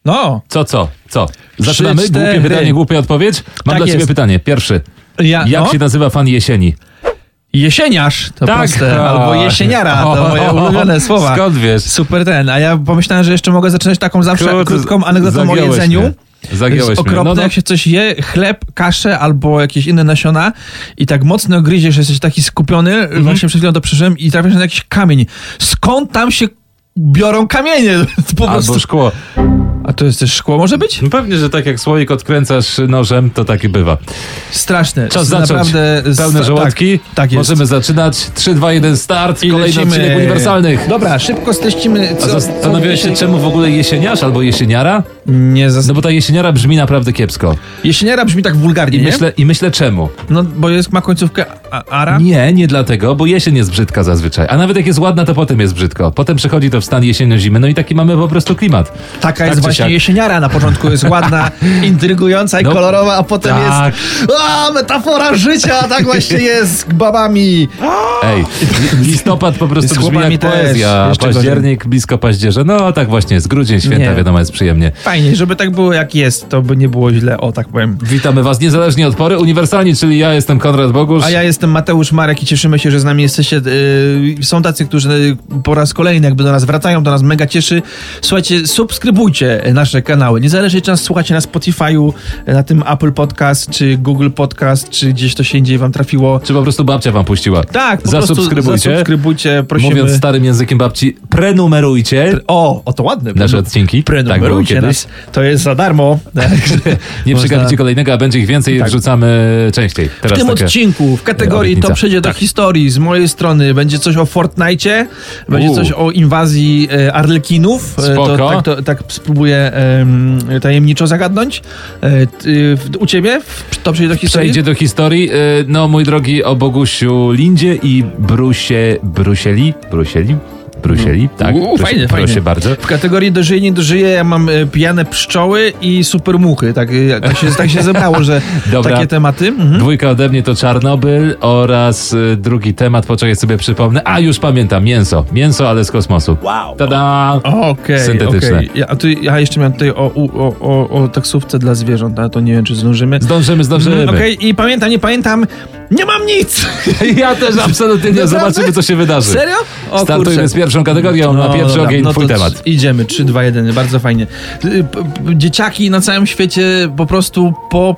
No. Co? Zaczynamy? 3, Głupie 4. pytanie, głupia odpowiedź? Mam Tak dla ciebie jest. pytanie. Pierwszy. Jak się nazywa fan jesieni? Jesieniarz, to Tak. proste. Albo jesieniara, to moje ulubione słowa. Skąd wiesz? Super ten. A ja pomyślałem, że jeszcze mogę zaczynać taką zawsze krótką anegdotą o jedzeniu. Zagiąłeś jest mnie. okropne, jak się coś je, chleb, kaszę albo jakieś inne nasiona i tak mocno gryziesz, jesteś taki skupiony, właśnie przed chwilą to przeżyłem i trafiasz na jakiś kamień. Skąd tam się biorą kamienie? Po prostu. Albo szkło. A to jest też szkło może być? No pewnie, że tak jak słoik odkręcasz nożem, to taki bywa. Straszne. Czas zacząć. Naprawdę Pełne żołądki. Tak jest. Możemy zaczynać. 3, 2, 1, start. I Kolejny lecimy. odcinek uniwersalnych. Dobra, szybko streścimy. A zastanowiłeś się, czemu w ogóle jesieniarz albo jesieniara? Nie No bo ta jesieniara brzmi naprawdę kiepsko. Jesieniara brzmi tak wulgarnie, nie? I myślę czemu. No, bo ma końcówkę ara? Nie dlatego, bo jesień jest brzydka zazwyczaj. A nawet jak jest ładna, to potem jest brzydko. Potem przechodzi to w stan jesienno-zimy, no i taki mamy po prostu klimat. Taka Tak jest czy właśnie siak. jesieniara. Na początku jest ładna, intrygująca i kolorowa, a potem tak. jest metafora życia, tak właśnie jest z babami. Ej, listopad po prostu Z brzmi chłopami jak też. poezja. Jeszcze Październik blisko paździerza. No tak właśnie jest. Grudzień, święta, Nie. wiadomo, jest przyjemnie. Fajnie, żeby tak było jak jest, to by nie było źle, o tak powiem. Witamy was niezależnie od pory. Uniwersalni, czyli ja jestem Konrad Bogusz. A ja jestem Mateusz Marek i cieszymy się, że z nami jesteście. Są tacy, którzy po raz kolejny jakby do nas wracają, to nas mega cieszy. Słuchajcie, subskrybujcie nasze kanały. Niezależnie czy nas słuchacie na Spotify'u, na tym Apple Podcast, czy Google Podcast, czy gdzieś to się indziej wam trafiło. Czy po prostu babcia wam puściła? Tak, po prostu zasubskrybujcie, prosimy. Mówiąc starym językiem babci, prenumerujcie O, to ładne. nasze odcinki. Prenumerujcie tak było nas. To jest za darmo. Nie przegapicie kolejnego, a będzie ich więcej i Tak. wrzucamy częściej. W Teraz tym takie odcinku, w kategorii obietnica. to przejdzie do historii z mojej strony. Będzie coś o Fortnite'cie, będzie coś o inwazji Arlekinów. Spoko. Tak spróbuję tajemniczo zagadnąć. U ciebie to przejdzie do historii? Przejdzie do historii. No, mój drogi, o Bogusiu Lindzie i Brusieli, tak. Fajnie. Proszę bardzo. W kategorii dożyje, nie dożyje, ja mam pijane pszczoły i super muchy. Tak się zebrało, że Dobra. takie tematy. Dwójka ode mnie to Czarnobyl oraz drugi temat, poczekaj sobie przypomnę. A, już pamiętam, mięso, ale z kosmosu. Wow. Tada! Okej. Syntetyczne. Ja jeszcze miałem tutaj o taksówce dla zwierząt, ale to nie wiem, czy zdążymy. Zdążymy. Okej, i pamiętam, nie pamiętam, nie mam nic! Ja też absolutnie nie. Naprawdę? Zobaczymy, co się wydarzy. Serio? O, Startujmy kurczę. z pierwszą kategorią, na pierwszy dobra, ogień twój to temat. Idziemy, 3, 2, 1, bardzo fajnie. Dzieciaki na całym świecie po prostu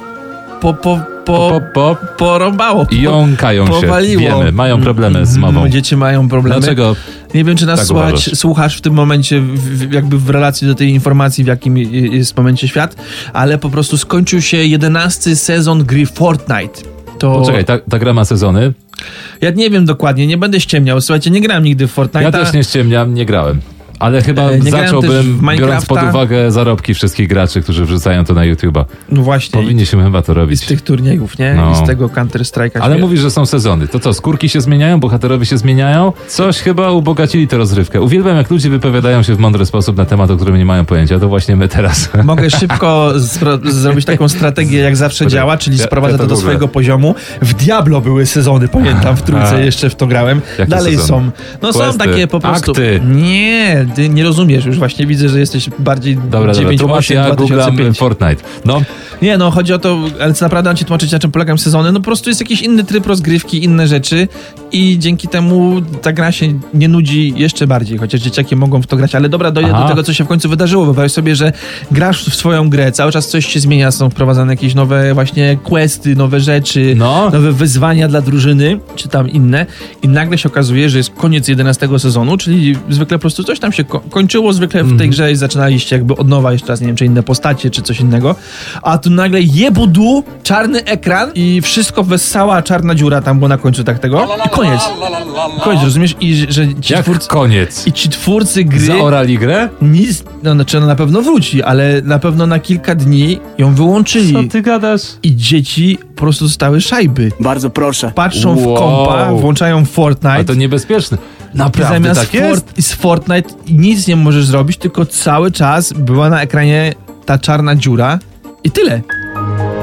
porąbało. Jąkają się, powaliło. wiemy, mają problemy z mową. Dzieci mają problemy. Dlaczego? Nie wiem, czy nas tak uważasz? słuchasz w tym momencie, jakby w relacji do tej informacji, w jakim jest w momencie świat, ale po prostu skończył się 11 sezon gry Fortnite. Poczekaj, ta gra ma sezony. Ja nie wiem dokładnie, nie będę ściemniał. Słuchajcie, nie grałem nigdy w Fortnite'a. Ja też nie ściemniam, nie grałem. Ale chyba nie grałem też zacząłbym, w biorąc Minecrafta. pod uwagę zarobki wszystkich graczy, którzy wrzucają to na YouTube'a. No właśnie. Powinniśmy chyba to robić. Z tych turniejów, nie? No. I z tego Counter-Strike'a. Ale mówisz, że są sezony. To co, skórki się zmieniają, bohaterowie się zmieniają? Coś chyba ubogacili tę rozrywkę. Uwielbiam, jak ludzie wypowiadają się w mądry sposób na temat, o którym nie mają pojęcia. To właśnie my teraz. Mogę szybko zrobić taką strategię, jak zawsze działa, czyli sprowadzę to do swojego poziomu. W Diablo były sezony, pamiętam, w trójce jeszcze w to grałem. Jakie Dalej sezony? są. No Questy, są takie po prostu... akty. Nie, ty nie rozumiesz. Już właśnie widzę, że jesteś bardziej Dobra, 9-8, ja googlam 2005. Fortnite. No, Nie, no chodzi o to, ale co naprawdę mam ci tłumaczyć, na czym polegają sezony. No po prostu jest jakiś inny tryb rozgrywki, inne rzeczy i dzięki temu ta gra się nie nudzi jeszcze bardziej, chociaż dzieciaki mogą w to grać. Ale dobra, dojdę do tego, co się w końcu wydarzyło. Wyobraź sobie, że grasz w swoją grę, cały czas coś się zmienia, są wprowadzane jakieś nowe właśnie questy, nowe rzeczy, nowe wyzwania dla drużyny, czy tam inne i nagle się okazuje, że jest koniec 11 sezonu, czyli zwykle po prostu coś tam się kończyło zwykle w tej grze i zaczynaliście jakby od nowa jeszcze raz, nie wiem, czy inne postacie, czy coś innego, a tu nagle jebudu, czarny ekran i wszystko wessała czarna dziura tam było na końcu tego i koniec. Koniec, rozumiesz? I że ci jak twórcy... koniec? I ci twórcy gry... Zaorali grę? Nic, znaczy ona na pewno wróci, ale na pewno na kilka dni ją wyłączyli. Co ty gadasz? I dzieci po prostu dostały szajby. Bardzo proszę. Patrzą w kompa, włączają Fortnite. A to niebezpieczne. Naprawdę zamiast tak jest? z Fortnite nic nie możesz zrobić, tylko cały czas była na ekranie ta czarna dziura i tyle.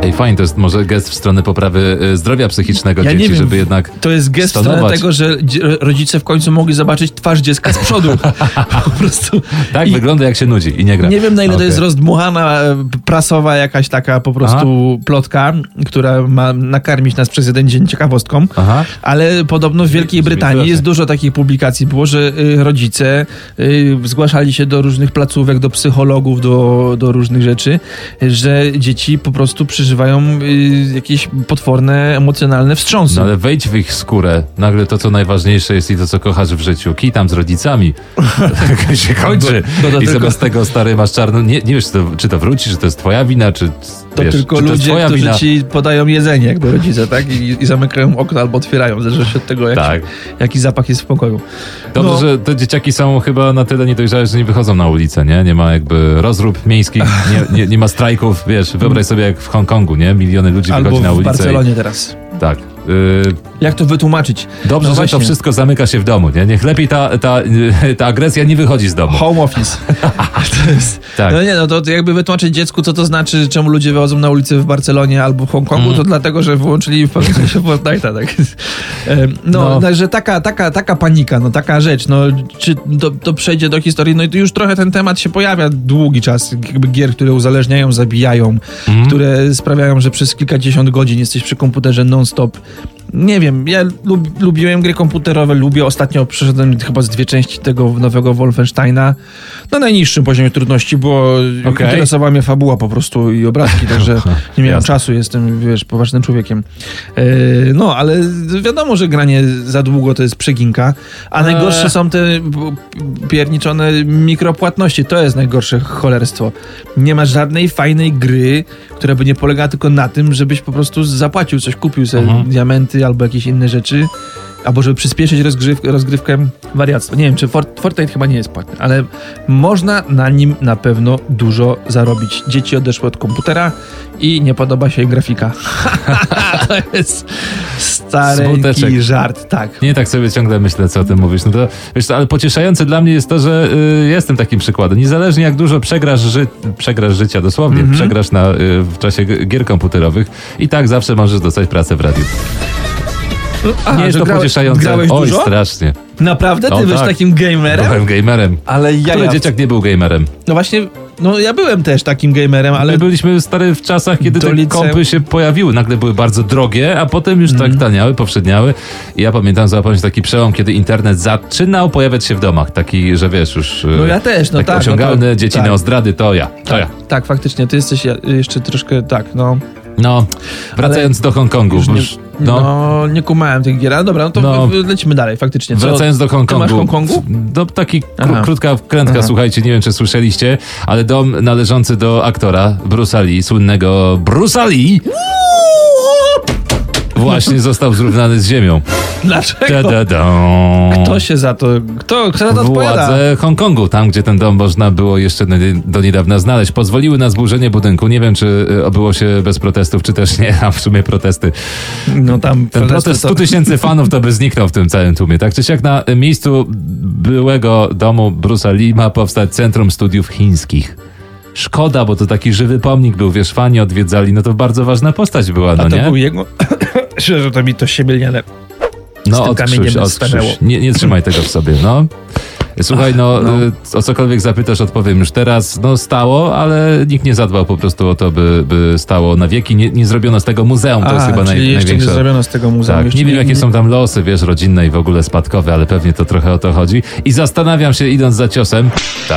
Ej, fajnie, to jest może gest w stronę poprawy zdrowia psychicznego Ja dzieci, nie wiem, żeby jednak to jest gest w stronę stonować. tego, że rodzice w końcu mogli zobaczyć twarz dziecka z przodu. Po prostu. Tak, wygląda jak się nudzi i nie gra. Nie wiem, na ile to Okej. jest rozdmuchana, prasowa jakaś taka po prostu plotka, która ma nakarmić nas przez jeden dzień ciekawostką, Aha. ale podobno w Wielkiej Brytanii jest dużo takich publikacji było, że rodzice zgłaszali się do różnych placówek, do psychologów, do różnych rzeczy, że dzieci po prostu przeżywają jakieś potworne, emocjonalne wstrząsy. No ale wejdź w ich skórę. Nagle to, co najważniejsze jest i to, co kochasz w życiu. Kij tam z rodzicami. Tak się kończy. I zamiast tego, stary, masz czarno. Nie wiesz, czy to wróci, czy to jest twoja wina, czy To wiesz, tylko czy to jest ludzie, twoja którzy wina. ci podają jedzenie, jakby rodzice, tak? I zamykają okno albo otwierają, zależy od tego, Tak. jaki zapach jest w pokoju. Dobrze, No. że te dzieciaki są chyba na tyle niedojrzałe, że nie wychodzą na ulicę, nie? Nie ma jakby rozrób miejskich, nie ma strajków, wiesz, wyobraź sobie jak w Hongkongu, nie? Miliony ludzi Albo wychodzi na w ulicę. Barcelonie teraz. Tak. Jak to wytłumaczyć? Dobrze, No że właśnie. to wszystko zamyka się w domu, nie? Niech lepiej ta agresja nie wychodzi z domu. Home office. To jest, Tak. No nie, no to jakby wytłumaczyć dziecku, co to znaczy, czemu ludzie wychodzą na ulicę w Barcelonie albo w Hongkongu, to dlatego, że wyłączyli w pewnym sensie Fortnite'a, tak? No, także taka panika, no taka rzecz, no czy to przejdzie do historii, no i tu już trochę ten temat się pojawia długi czas, jakby gier, które uzależniają, zabijają, które sprawiają, że przez kilkadziesiąt godzin jesteś przy komputerze non-stop. Nie wiem, ja lubiłem gry komputerowe, ostatnio przeszedłem chyba z 2 części tego nowego Wolfensteina na najniższym poziomie trudności, bo interesowała mnie fabuła po prostu i obrazki, także nie miałem czasu, jestem, wiesz, poważnym człowiekiem. No, ale wiadomo, że granie za długo to jest przeginka, a najgorsze są te pierniczone mikropłatności, to jest najgorsze cholerstwo. Nie ma żadnej fajnej gry, która by nie polegała tylko na tym, żebyś po prostu zapłacił coś, kupił sobie diamenty albo jakieś inne rzeczy, albo żeby przyspieszyć rozgrywkę, wariactwo. Nie wiem, czy Fortnite chyba nie jest płatny, ale można na nim na pewno dużo zarobić. Dzieci odeszły od komputera i nie podoba się im grafika. To jest stareńki Smuteczek. żart, tak. Nie tak sobie ciągle myślę, co o tym mówisz. No to, wiesz co, ale pocieszające dla mnie jest to, że jestem takim przykładem. Niezależnie jak dużo przegrasz życia, dosłownie, przegrasz w czasie gier komputerowych i tak zawsze możesz dostać pracę w radiu. Nie jest to pocieszające. Grałeś Oj, dużo? strasznie. Naprawdę? Ty O, byłeś tak. takim gamerem? Byłem gamerem. Ale Który dzieciak nie był gamerem? No właśnie, no ja byłem też takim gamerem, ale My byliśmy stary w czasach, kiedy do te liceum. kompy się pojawiły. Nagle były bardzo drogie, a potem już tak taniały, powszedniały. I ja pamiętam, załapałem się taki przełom, kiedy internet zaczynał pojawiać się w domach. Taki, że wiesz, już No ja też, no takie tak. osiągalne, no to, dzieci tak, neozdrady, to ja. tak, faktycznie, ty jesteś jeszcze troszkę, tak, no. No, wracając do Hongkongu. Już nie, już, nie kumałem tych gier, ale dobra, no to lecimy dalej, faktycznie. Wracając do Hongkongu. Ty masz Hongkongu? Taki krótka wkrętka, słuchajcie, nie wiem, czy słyszeliście, ale dom należący do aktora Bruce'a Lee, słynnego Bruce'a Lee, właśnie został zrównany z ziemią. Dlaczego? Kto się za to, kto za to odpowiada? Władze Hongkongu, tam gdzie ten dom można było jeszcze do niedawna znaleźć, pozwoliły na zburzenie budynku. Nie wiem, czy obyło się bez protestów, czy też nie, a w sumie protesty. No tam Ten protest 100 000 fanów to by zniknął w tym całym tłumie. Tak czy siak na miejscu byłego domu Bruce'a Lee ma powstać Centrum Studiów Chińskich. Szkoda, bo to taki żywy pomnik był, wiesz, fani odwiedzali, no to bardzo ważna postać była, no a to nie? był jego... Że to mi to się myli, ale... No odkrzyś. Nie trzymaj tego w sobie, no. Słuchaj, o cokolwiek zapytasz, odpowiem już teraz. No stało, ale nikt nie zadbał po prostu o to, by stało na wieki. Nie zrobiono z tego muzeum, to jest chyba czyli jeszcze największa... nie zrobiono z tego muzeum. Tak, jeszcze nie wiem jakie są tam losy, wiesz, rodzinne i w ogóle spadkowe, ale pewnie to trochę o to chodzi. I zastanawiam się, idąc za ciosem,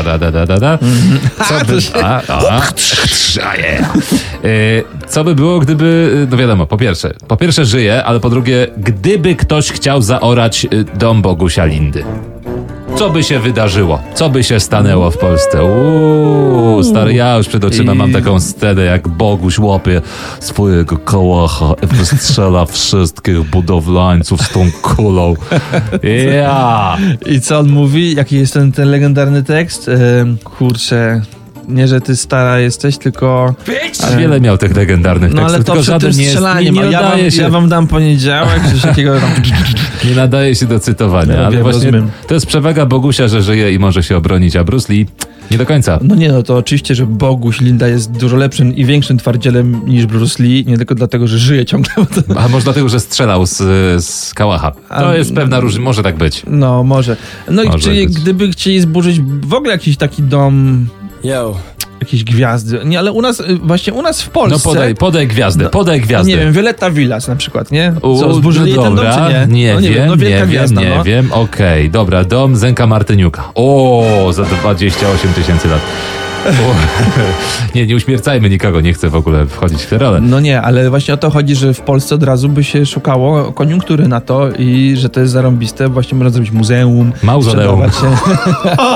co by było, gdyby, no wiadomo, po pierwsze żyje, ale po drugie, gdyby ktoś chciał zaorać dom Bogusia Lindy. Co by się wydarzyło? Co by się stanęło w Polsce? Stary, ja już przed oczyma mam taką scenę, jak Boguś łapie swojego kałacha i wystrzela wszystkich budowlańców z tą kulą. Ja! I co on mówi? Jaki jest ten legendarny tekst? Kurczę... Nie, że ty stara jesteś, tylko... Wiele miał tych legendarnych tekstów, ale to tylko przed tym żaden nie strzelaniem, nie oddaje się. Ja wam dam poniedziałek, coś takiego tam... Nie nadaje się do cytowania, Ja ale wiem, właśnie rozumiem. to jest przewaga Bogusia, że żyje i może się obronić, a Bruce Lee nie do końca. No nie, no to oczywiście, że Boguś Linda jest dużo lepszym i większym twardzielem niż Bruce Lee, nie tylko dlatego, że żyje ciągle. A może dlatego, że strzelał z kałacha. To jest pewna różnica, może tak być. No, może. No i Może czyli być. gdyby chcieli zburzyć w ogóle jakiś taki dom, jakieś gwiazdy, nie, ale właśnie u nas w Polsce... No podaj gwiazdę, podaj gwiazdę. Nie wiem, Violetta Villas na przykład, nie? U, Co, zburzyli ten dom, czy nie? Nie No, wiem, no wielka gwiazda, nie no. wiem. Okej, dobra, dom Zenka Martyniuka. O, za 28 000 lat. O, nie uśmiercajmy nikogo, nie chcę w ogóle wchodzić w tę rolę. No nie, ale właśnie o to chodzi, że w Polsce od razu by się szukało koniunktury na to i że to jest zarąbiste. Właśnie można zrobić muzeum. Mauzoleum. sprzedawać się.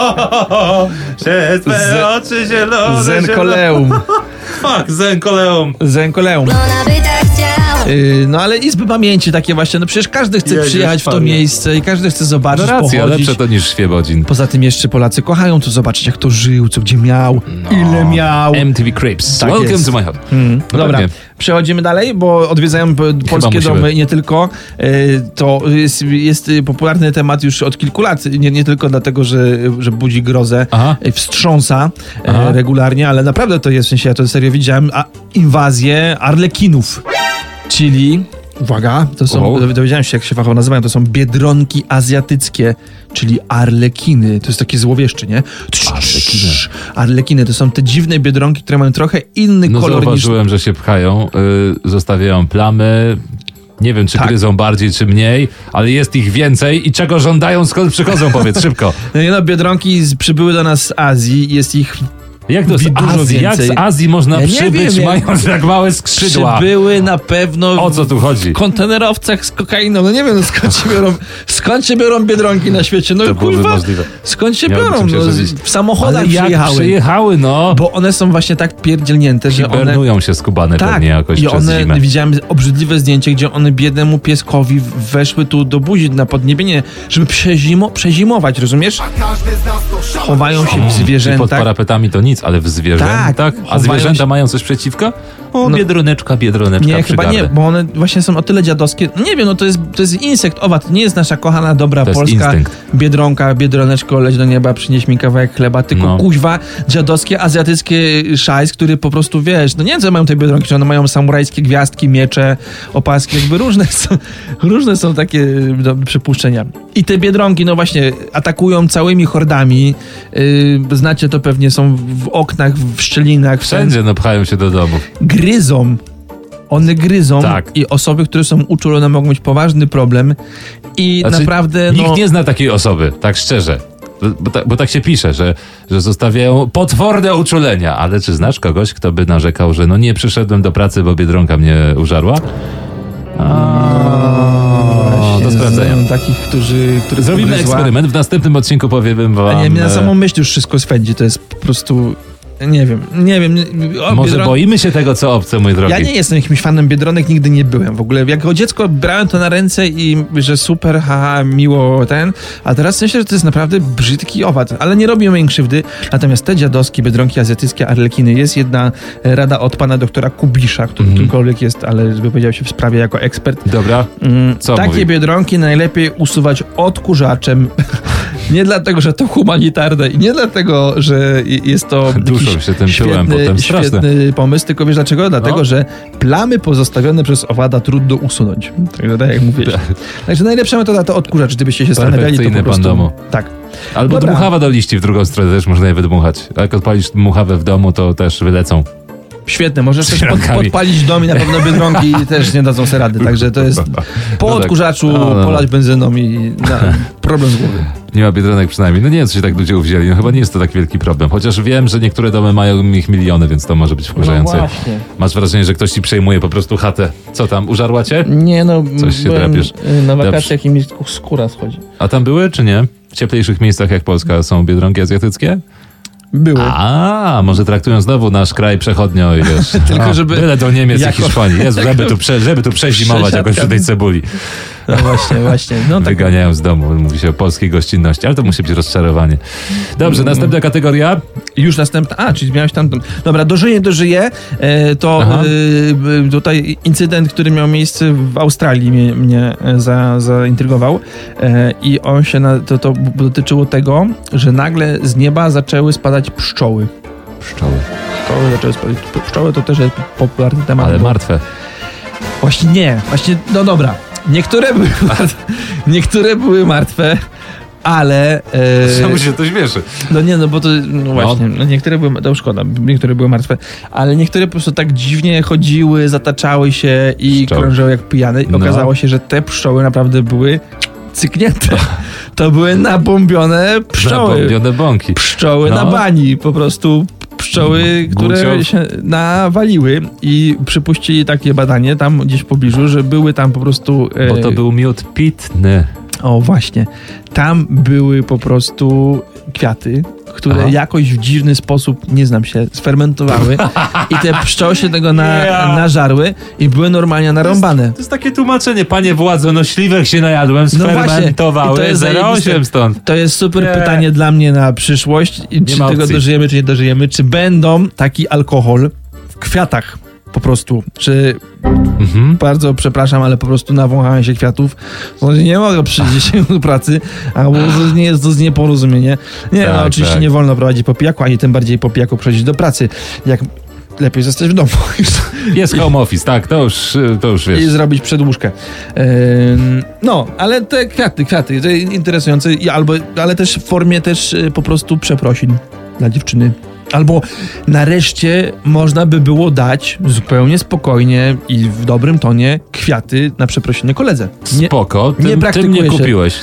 Przez twe oczy zielone. Zenkoleum. Fuck, Zenkoleum. Zenkoleum. Ona by tak chciała. No ale izby pamięci takie właśnie, no przecież każdy chce Jezus przyjechać w to Maria. miejsce i każdy chce zobaczyć, No racja, pochodzić. lepsze to niż Świebodzin. Poza tym jeszcze Polacy kochają tu zobaczyć, jak to żył, co gdzie miał, ile miał. MTV Cribs. Tak Welcome jest. to my house. No Dobra, pewnie. przechodzimy dalej, bo odwiedzają polskie musimy. domy i nie tylko. To jest popularny temat już od kilku lat. Nie tylko dlatego, że budzi grozę, Aha. wstrząsa Aha. regularnie, ale naprawdę to jest, w sensie ja to serio widziałem, inwazję arlekinów. Czyli, uwaga, to są, dowiedziałem się jak się fachowo nazywają, to są biedronki azjatyckie, czyli arlekiny. To jest takie złowieszcze, nie? Arlekiny. Arlekiny to są te dziwne biedronki, które mają trochę inny No kolor niż... zauważyłem, że się pchają, zostawiają plamy. Nie wiem, czy Tak. gryzą bardziej, czy mniej, ale jest ich więcej i czego żądają, skąd przychodzą, powiedz szybko. No nie no, biedronki przybyły do nas z Azji, jest ich Jak to z dużo Azji? Jak z więcej. Azji można Ja nie przybyć, wiem, mając tak małe skrzydła? przybyły na pewno O co tu chodzi? w kontenerowcach z kokainą. No nie wiem, no skąd się biorą biedronki na świecie? No To byłoby kurwa, możliwe. skąd się Miałoby biorą? czym się No, żywić. w samochodach Ale jak przyjechały. przyjechały, no. Bo one są właśnie tak pierdzielnięte, że one... Hibernują się skubane Tak, pewnie jakoś i przez one, zimę. widziałem obrzydliwe zdjęcie, gdzie one biednemu pieskowi weszły tu do buzi na podniebienie, żeby przezimować, rozumiesz? Chowają się w I pod zwierzętach. parapetami to nic, ale w zwierzętach? Tak, A chowają zwierzęta się- mają coś przeciwko? O, No. biedroneczka, Nie, chyba przygarnę. nie, bo one właśnie są o tyle dziadowskie. No nie wiem, no to jest insekt, owad. To nie jest nasza kochana, dobra To jest polska instynkt. biedronka, biedroneczko, leć do nieba, przynieś mi kawałek chleba, tylko No. kuźwa, dziadowskie, azjatyckie szajs, który po prostu, wiesz, no nie wiem, co mają te biedronki, czy one mają samurajskie gwiazdki, miecze, opaski, jakby różne są takie przypuszczenia. I te biedronki, no właśnie, atakują całymi hordami. Znacie to pewnie, są w oknach, w szczelinach. Wszędzie no pchają się do domów. Gryzą. One gryzą Tak. i osoby, które są uczulone, mogą mieć poważny problem i Znaczy, naprawdę, Nikt nie zna takiej osoby, tak szczerze. Bo tak się pisze, że zostawiają potworne uczulenia. Ale czy znasz kogoś, kto by narzekał, że no nie przyszedłem do pracy, bo biedronka mnie użarła? Do sprawdzenia. Są takich, którzy Zrobimy ugryzła. eksperyment. W następnym odcinku powiem wam... A nie, mnie na samą myśl już wszystko swędzi. To jest po prostu... Nie wiem. Może boimy się tego, co obce, mój drogi. Ja nie jestem jakimś fanem biedronek, nigdy nie byłem w ogóle. Jako dziecko brałem to na ręce i że super, haha, miło a teraz myślę, że to jest naprawdę brzydki owad, ale nie robią im krzywdy. Natomiast te dziadowskie biedronki azjatyckie, arlekiny, jest jedna rada od pana doktora Kubisza, który kimkolwiek jest, ale wypowiedział się w sprawie jako ekspert. Dobra, co Takie mówi? biedronki najlepiej usuwać odkurzaczem. Nie dlatego, że to humanitarne i nie dlatego, że jest to Duszą jakiś się tym tyłem potem, straszne. świetny pomysł, tylko wiesz dlaczego? Dlatego, No. że plamy pozostawione przez owada trudno usunąć. Także tak jak mówię. Także najlepsza metoda to odkurzacz, gdybyście się zastanawiali, to po Perfekcyjny prostu... pan domu. Tak. Albo Dobra. dmuchawa do liści w drugą stronę też można je wydmuchać. A jak odpalisz dmuchawę w domu, to też wylecą. Świetne, możesz też środkami. podpalić dom i na pewno biedronki też nie dadzą sobie rady. Także to jest po No tak. odkurzaczu No. polać benzyną i problem z głowy. Nie ma biedronek przynajmniej. No nie wiem, co się tak ludzie uwzięli. No chyba nie jest to tak wielki problem. Chociaż wiem, że niektóre domy mają ich miliony, więc to może być wkurzające. No właśnie. Masz wrażenie, że ktoś ci przejmuje po prostu chatę. Co tam, użarła cię? Nie no, Coś się byłem drapiesz. na Dobrze. wakacjach i mi skóra schodzi. A tam były, czy nie? W cieplejszych miejscach jak Polska są biedronki azjatyckie? Były. A, może traktują znowu nasz kraj przechodnio i wiesz. Tylko żeby Byle do Niemiec jako- i Hiszpanii. Jezu, żeby tu przezimować Przesiadka. jakoś przy tej cebuli. No właśnie. No, tak. Wyganiają z domu, mówi się o polskiej gościnności, ale to musi być rozczarowanie. Dobrze, następna kategoria. Już następna. Czyli miałeś tam. Dobra, dożyję. To tutaj incydent, który miał miejsce w Australii mnie zaintrygował. I on się to dotyczyło tego, że nagle z nieba zaczęły spadać pszczoły. Pszczoły zaczęły spadać. Pszczoły to też jest popularny temat. Ale martwe. Właśnie nie. No dobra. Niektóre były martwe, ale... Czemu się to śmieszy? No nie, no bo to... No właśnie. No niektóre były... To szkoda. Niektóre były martwe. Ale niektóre po prostu tak dziwnie chodziły, zataczały się i krążyły jak pijane. I okazało się, że te pszczoły naprawdę były cyknięte. To były nabombione pszczoły. Nabombione bąki. Pszczoły na bani. Po prostu... Pszczoły, które się nawaliły i przypuścili takie badanie tam gdzieś w pobliżu, że były tam po prostu... Bo to był miód pitny. O właśnie. Tam były po prostu kwiaty, które jakoś w dziwny sposób, nie znam się, sfermentowały i te pszczoły się tego nażarły i były normalnie narąbane. To jest takie tłumaczenie, panie władzo, no śliwek się najadłem, sfermentowały, to jest 0,8 stąd. To jest super pytanie dla mnie na przyszłość. Czy tego dożyjemy, czy nie dożyjemy? Czy będą taki alkohol w kwiatach? Po prostu. Czy bardzo przepraszam, ale po prostu nawąchałem się kwiatów. Nie mogę przyjść się do pracy, albo nie jest to nieporozumienie. Nie, tak, oczywiście nie wolno prowadzić po pijaku, ani tym bardziej po pijaku przychodzić do pracy. Jak lepiej zostać w domu. Jest home office, tak, to już wiesz. I zrobić przedłużkę. No, ale te kwiaty, to interesujące, ale też w formie też po prostu przeprosin dla dziewczyny. Albo nareszcie można by było dać zupełnie spokojnie i w dobrym tonie kwiaty na przeprosiny koledze. Spoko, tym nie kupiłeś.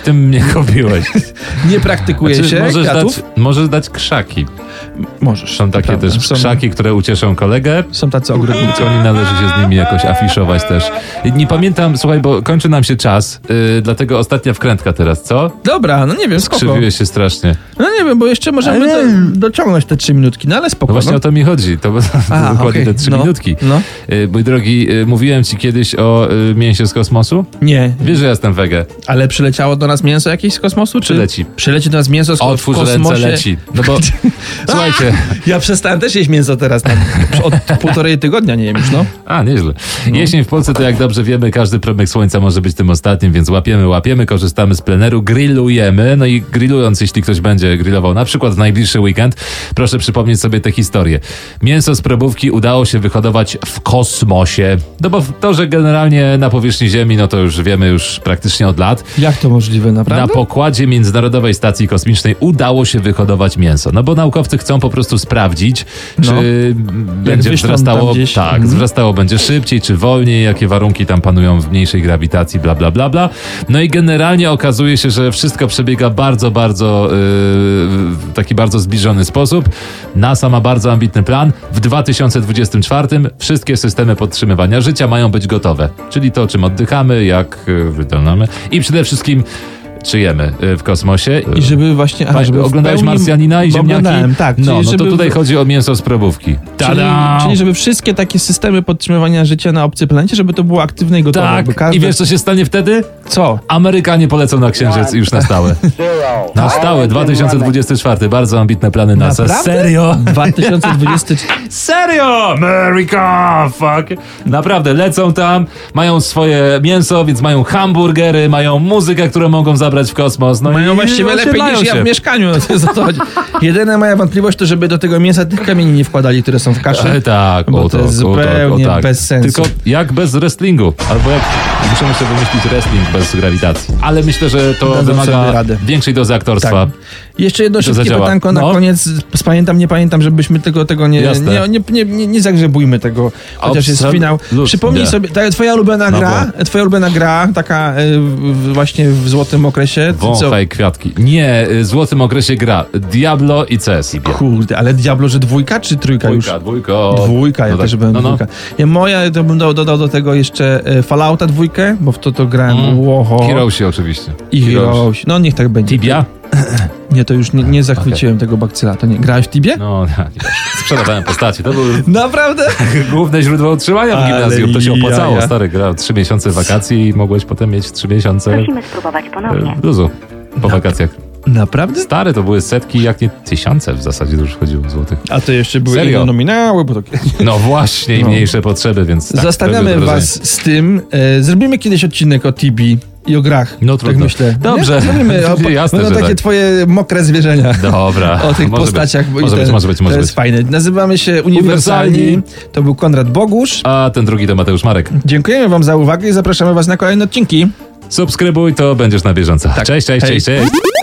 Nie praktykuje się kwiatów. Możesz dać krzaki. Możesz. Są takie też krzaki, które ucieszą kolegę. Są tacy ogrodnicy. Nie należy się z nimi jakoś afiszować też. Nie pamiętam, słuchaj, bo kończy nam się czas, dlatego ostatnia wkrętka teraz, co? Dobra, no nie wiem, spoko. Skrzywiłeś się strasznie. No nie wiem, bo jeszcze możemy dociągnąć te 3 minutki, no ale spoko. No właśnie o to mi chodzi, to dokładnie te 3 minutki. No. Mój drogi, mówiłem ci kiedyś o mięsie z kosmosu? Nie. Wiesz, że ja jestem wege. Ale przyleciało do nas mięso jakieś z kosmosu? Przyleci. Przyleci do nas mięso z kosmosu? Otwórz ręce, leci. No bo, słuchajcie. Ja przestałem też jeść mięso teraz. Od 1,5 tygodnia nie jem już, no. A, nieźle. Jesień w Polsce to jak dobrze wiemy, każdy promyk słońca może być tym ostatnim, więc łapiemy, korzystamy z pleneru, grillujemy. No i grillując, jeśli ktoś będzie grillował na przykład w najbliższy weekend, proszę przypomnieć sobie tę historię. Mięso z probówki udało się wyhodować w kosmosie. No bo to, że generalnie na powierzchni Ziemi, no to już wiemy praktycznie od lat. Jak to możliwe, naprawdę? Na pokładzie Międzynarodowej Stacji Kosmicznej udało się wyhodować mięso. No bo naukowcy chcą po prostu sprawdzić, czy będzie wzrastało, wzrastało będzie szybciej, czy wolniej, jakie warunki tam panują w mniejszej grawitacji, bla, bla, bla, bla. No i generalnie okazuje się, że wszystko przebiega bardzo, bardzo w taki bardzo zbliżony sposób. NASA ma bardzo ambitny plan. W 2024 wszystkie systemy podtrzymywania życia mają być gotowe. Czyli to, czym oddychamy, jak wydolnamy i przede wszystkim czy jemy w kosmosie. I żeby właśnie... żeby oglądałeś Marsjanina i Ziemniaki? Tak. No to tutaj chodzi o mięso z probówki. Czyli żeby wszystkie takie systemy podtrzymywania życia na obcej planecie, żeby to było aktywne i gotowe. Tak. I wiesz, co się stanie wtedy? Co? Amerykanie polecą na Księżyc już na stałe. Na stałe, 2024. Bardzo ambitne plany NASA. Naprawdę? Serio? 2024. Serio? America! Fuck. Naprawdę, lecą tam, mają swoje mięso, więc mają hamburgery, mają muzykę, którą mogą zabrać w kosmos. No mają właściwie lepiej niż ja w mieszkaniu. No to jest o to chodzi. Jedyna moja wątpliwość to, żeby do tego mięsa tych kamieni nie wkładali, które są w kaszy. Tak, bo to jest zupełnie bez sensu. Tylko jak bez wrestlingu. Albo jak musimy sobie wymyślić wrestling bez grawitacji. Ale myślę, że to wymaga większej dozy aktorstwa. Tak. Jeszcze jedno szybkie pytanko na koniec. Nie pamiętam, żebyśmy tego nie zagrzebujmy tego, chociaż jest finał. Przypomnij sobie, twoja ulubiona gra, taka właśnie w złotym okresie. Wąchaj kwiatki. Nie, w złotym okresie gra Diablo i CS. Kurde, ale Diablo, że 2 czy 3 już? Dwójka, ja też byłem dwójka. Moja to bym dodał do tego jeszcze Fallouta 2, bo w to grałem. Heroesi oczywiście. I Heroesi. No niech tak będzie. Tibia? Nie, to już nie zachwyciłem tego bakcyla. To nie. Grałeś w Tibie? No, sprzedawałem postacie. To były Naprawdę? główne źródło utrzymania w gimnazjum. To się opłacało. jaja. Stary, grał 3 miesiące wakacji i mogłeś potem mieć 3 miesiące Prosimy spróbować ponownie. luzu po wakacjach. Naprawdę? Stary, to były setki, jak nie tysiące w zasadzie już chodziło złotych. A to jeszcze były Serio? inne nominały, bo to... No właśnie, i mniejsze potrzeby, więc tak. Zostawiamy robię was z tym. Zrobimy kiedyś odcinek o Tibi i o grach. No tak trudno. myślę. Dobrze. Nie? Zrobimy Jasne, że takie tak. twoje mokre zwierzenia. Dobra. O tych Może postaciach. być. bo i Może ten- być, może być, To może jest być. fajne. Nazywamy się Uniwersalni. Uniwersalni. To był Konrad Bogusz. A ten drugi to Mateusz Marek. Dziękujemy wam za uwagę i zapraszamy was na kolejne odcinki. Subskrybuj, to będziesz na bieżąco. Tak. Cześć, cześć, Hej. cześć, cześć.